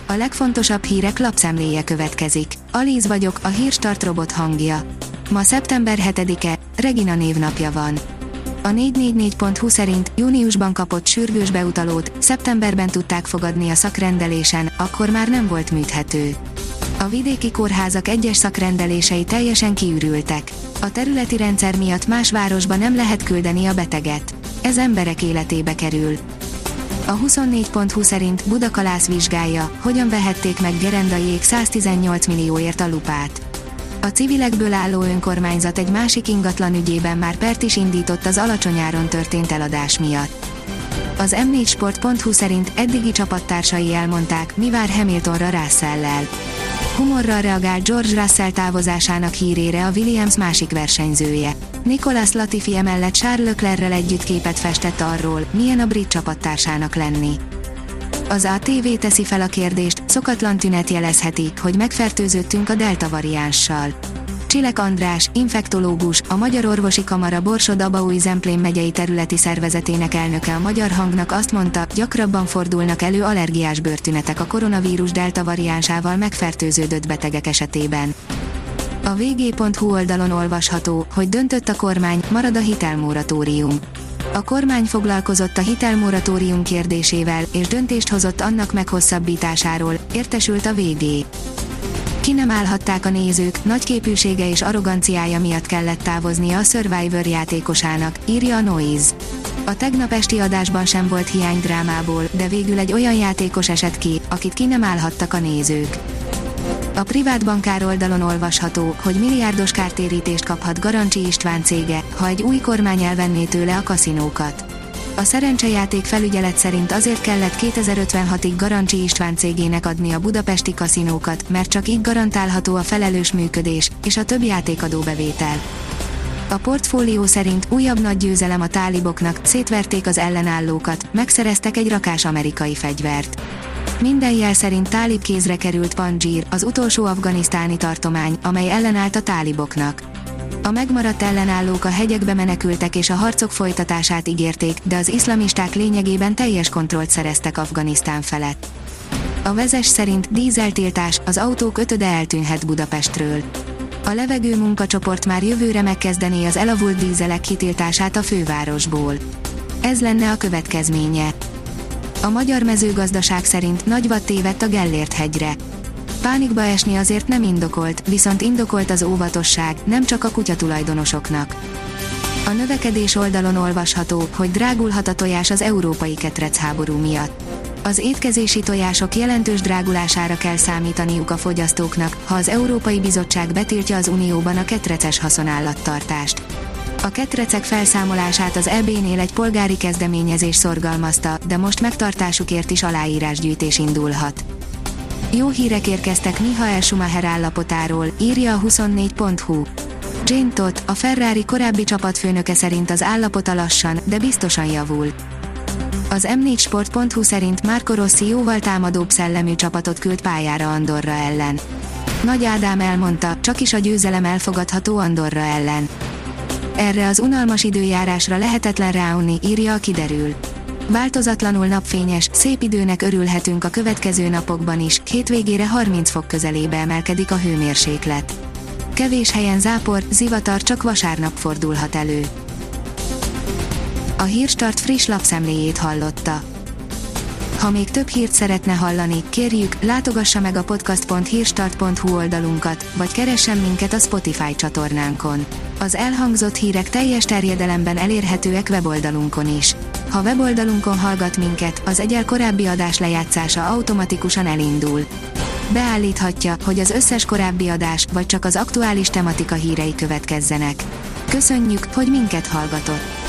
A legfontosabb hírek lapszemléje következik. Alíz vagyok, a Hírstart robot hangja. Ma szeptember 7-e, Regina névnapja van. A 444.hu szerint júniusban kapott sürgős beutalót, szeptemberben tudták fogadni a szakrendelésen, akkor már nem volt műthető. A vidéki kórházak egyes szakrendelései teljesen kiürültek. A területi rendszer miatt más városba nem lehet küldeni a beteget. Ez emberek életébe kerül. A 24.hu szerint Budakalász vizsgálja, hogyan vehették meg Gerendaiék 118 millióért a lupát. A civilekből álló önkormányzat egy másik ingatlan ügyében már pert is indított az alacsony áron történt eladás miatt. Az m4sport.hu szerint eddigi csapattársai elmondták, mi vár Hamiltonra Russell-lel. Humorral reagált George Russell távozásának hírére a Williams másik versenyzője. Nicolas Latifi emellett Charles Leclerrel együtt képet festett arról, milyen a brit csapattársának lenni. Az ATV teszi fel a kérdést, szokatlan tünet jelezheti, hogy megfertőzöttünk a delta variánssal. Csilek András, infektológus, a Magyar Orvosi Kamara Borsod-Abaúj-Zemplén megyei területi szervezetének elnöke a Magyar Hangnak azt mondta, gyakrabban fordulnak elő allergiás bőrtünetek a koronavírus delta variánsával megfertőződött betegek esetében. A vg.hu oldalon olvasható, hogy döntött a kormány, marad a hitelmoratórium. A kormány foglalkozott a hitelmoratórium kérdésével, és döntést hozott annak meghosszabbításáról, értesült a VG. Ki nem állhatták a nézők, nagyképűsége és arroganciája miatt kellett távoznia a Survivor játékosának, írja a Noise. A tegnap esti adásban sem volt hiány drámából, de végül egy olyan játékos esett ki, akit ki nem állhattak a nézők. A privát bankár oldalon olvasható, hogy milliárdos kártérítést kaphat Garancsi István cége, ha egy új kormány elvenné tőle a kaszinókat. A szerencsejáték felügyelet szerint azért kellett 2056-ig Garancsi István cégének adni a budapesti kaszinókat, mert csak így garantálható a felelős működés, és a több játékadóbevétel. A portfólió szerint újabb nagy győzelem a táliboknak, szétverték az ellenállókat, megszereztek egy rakás amerikai fegyvert. Minden jel szerint tálib kézre került Panjshir, az utolsó afganisztáni tartomány, amely ellenállt a táliboknak. A megmaradt ellenállók a hegyekbe menekültek és a harcok folytatását ígérték, de az iszlamisták lényegében teljes kontrollt szereztek Afganisztán felett. A Vezes szerint dízeltiltás, az autók ötöde eltűnhet Budapestről. A levegő munkacsoport már jövőre megkezdené az elavult dízelek kitiltását a fővárosból. Ez lenne a következménye. A magyar mezőgazdaság szerint nagy watt tévedt a Gellért-hegyre. Pánikba esni azért nem indokolt, viszont indokolt az óvatosság, nem csak a kutyatulajdonosoknak. A növekedés oldalon olvasható, hogy drágulhat a tojás az európai ketrecháború miatt. Az étkezési tojások jelentős drágulására kell számítaniuk a fogyasztóknak, ha az Európai Bizottság betiltja az Unióban a ketreces haszonállattartást. A ketrecek felszámolását az EB-nél egy polgári kezdeményezés szorgalmazta, de most megtartásukért is aláírásgyűjtés indulhat. Jó hírek érkeztek Michael Schumacher állapotáról, írja a 24.hu. Jane Todt, a Ferrari korábbi csapatfőnöke szerint az állapota lassan, de biztosan javul. Az m4sport.hu szerint Marco Rossi jóval támadóbb szellemű csapatot küld pályára Andorra ellen. Nagy Ádám elmondta, csakis a győzelem elfogadható Andorra ellen. Erre az unalmas időjárásra lehetetlen ráunni, írja a Kiderül. Változatlanul napfényes, szép időnek örülhetünk a következő napokban is, hétvégére 30 fok közelébe emelkedik a hőmérséklet. Kevés helyen zápor, zivatar csak vasárnap fordulhat elő. A Hírstart friss lapszemléjét hallotta. Ha még több hírt szeretne hallani, kérjük, látogassa meg a podcast.hírstart.hu oldalunkat, vagy keressen minket a Spotify csatornánkon. Az elhangzott hírek teljes terjedelemben elérhetőek weboldalunkon is. Ha weboldalunkon hallgat minket, az egyel korábbi adás lejátszása automatikusan elindul. Beállíthatja, hogy az összes korábbi adás, vagy csak az aktuális tematika hírei következzenek. Köszönjük, hogy minket hallgatott!